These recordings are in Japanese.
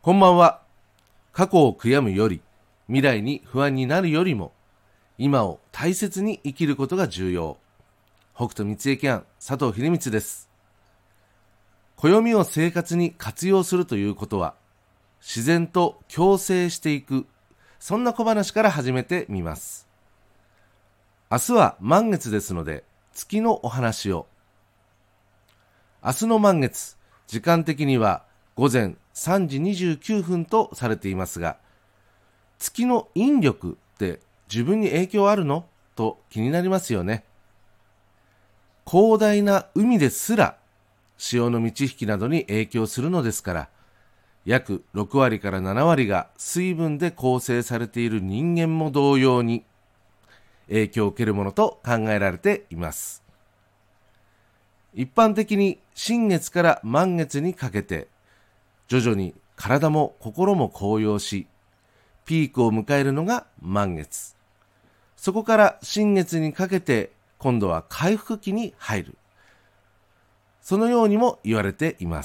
こんばんは。過去を悔やむより、未来に不安になるよりも、今を大切に生きることが重要。北斗三重キャン佐藤秀光です。暦を生活に活用するということは、自然と共生していく、そんな小話から始めてみます。明日は満月ですので、月のお話を。明日の満月、時間的には午前3時29分とされていますが、月の引力って自分に影響あるのと気になりますよね。広大な海ですら潮の満ち引きなどに影響するのですから、約6割から7割が水分で構成されている人間も同様に影響を受けるものと考えられています。一般的に新月から満月にかけて徐々に体も心も高揚し、ピークを迎えるのが満月。そこから新月にかけて今度は回復期に入る。そのようにも言われています。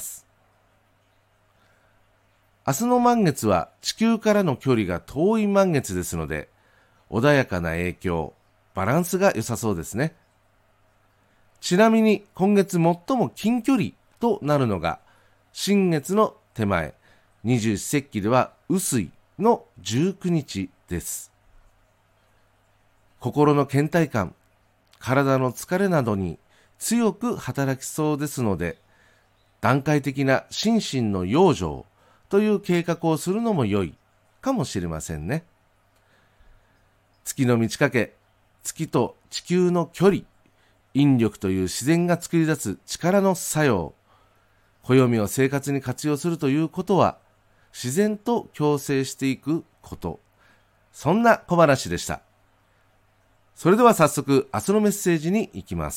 明日の満月は地球からの距離が遠い満月ですので、穏やかな影響、バランスが良さそうですね。ちなみに今月最も近距離となるのが、新月の手前、二十四節気では雨水の19日です。心の倦怠感、体の疲れなどに強く働きそうですので、段階的な心身の養生という計画をするのも良いかもしれませんね。月の満ち欠け、月と地球の距離、引力という自然が作り出す力の作用、暦を生活に活用するということは、自然と共生していくこと。そんな小話でした。それでは早速、明日のメッセージに行きます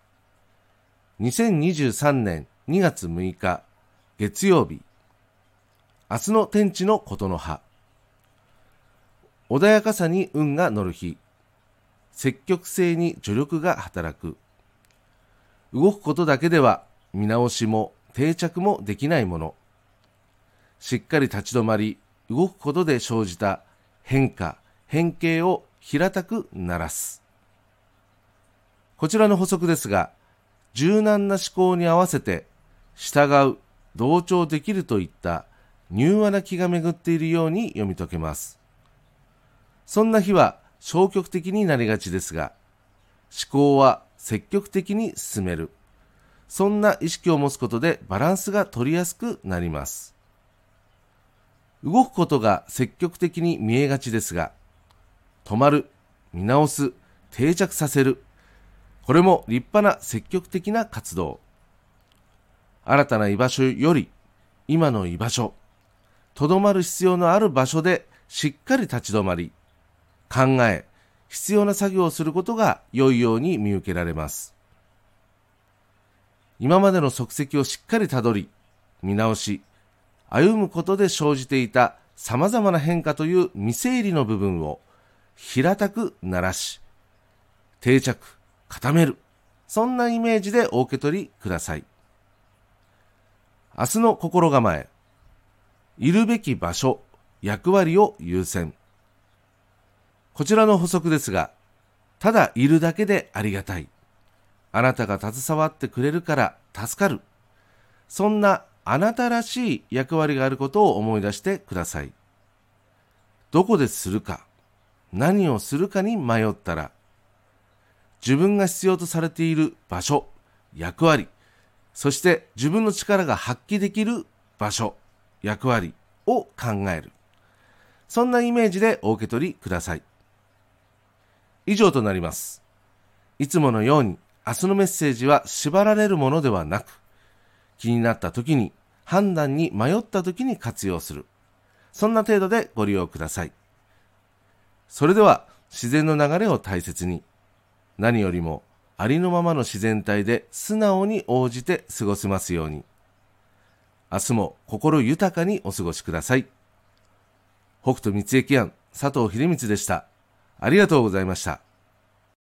。2023年2月6日、月曜日。明日の天地のことの葉。穏やかさに運が乗る日。積極性に助力が働く。動くことだけでは見直しも定着もできないもの。しっかり立ち止まり、動くことで生じた変化、変形を平たくならす。こちらの補足ですが、柔軟な思考に合わせて、従う、同調できるといった柔和な気が巡っているように読み解けます。そんな日は消極的になりがちですが、思考は積極的に進める。そんな意識を持つことでバランスが取りやすくなります。動くことが積極的に見えがちですが、止まる、見直す、定着させる。これも立派な積極的な活動。新たな居場所より、今の居場所、とどまる必要のある場所でしっかり立ち止まり、考え、必要な作業をすることが良いように見受けられます。今までの足跡をしっかりたどり、見直し、歩むことで生じていた様々な変化という未整理の部分を平たくならし、定着、固める。そんなイメージでお受け取りください。明日の心構え。いるべき場所、役割を優先。こちらの補足ですが、ただいるだけでありがたい。あなたが携わってくれるから助かる。そんなあなたらしい役割があることを思い出してください。どこでするか、何をするかに迷ったら、自分が必要とされている場所、役割、そして自分の力が発揮できる場所、役割を考える。そんなイメージでお受け取りください。以上となります。いつものように明日のメッセージは縛られるものではなく、気になった時に、判断に迷った時に活用する。そんな程度でご利用ください。それでは自然の流れを大切に、何よりもありのままの自然体で素直に応じて過ごせますように。明日も心豊かにお過ごしください。北斗三重キャン佐藤秀光でした。ありがとうございました。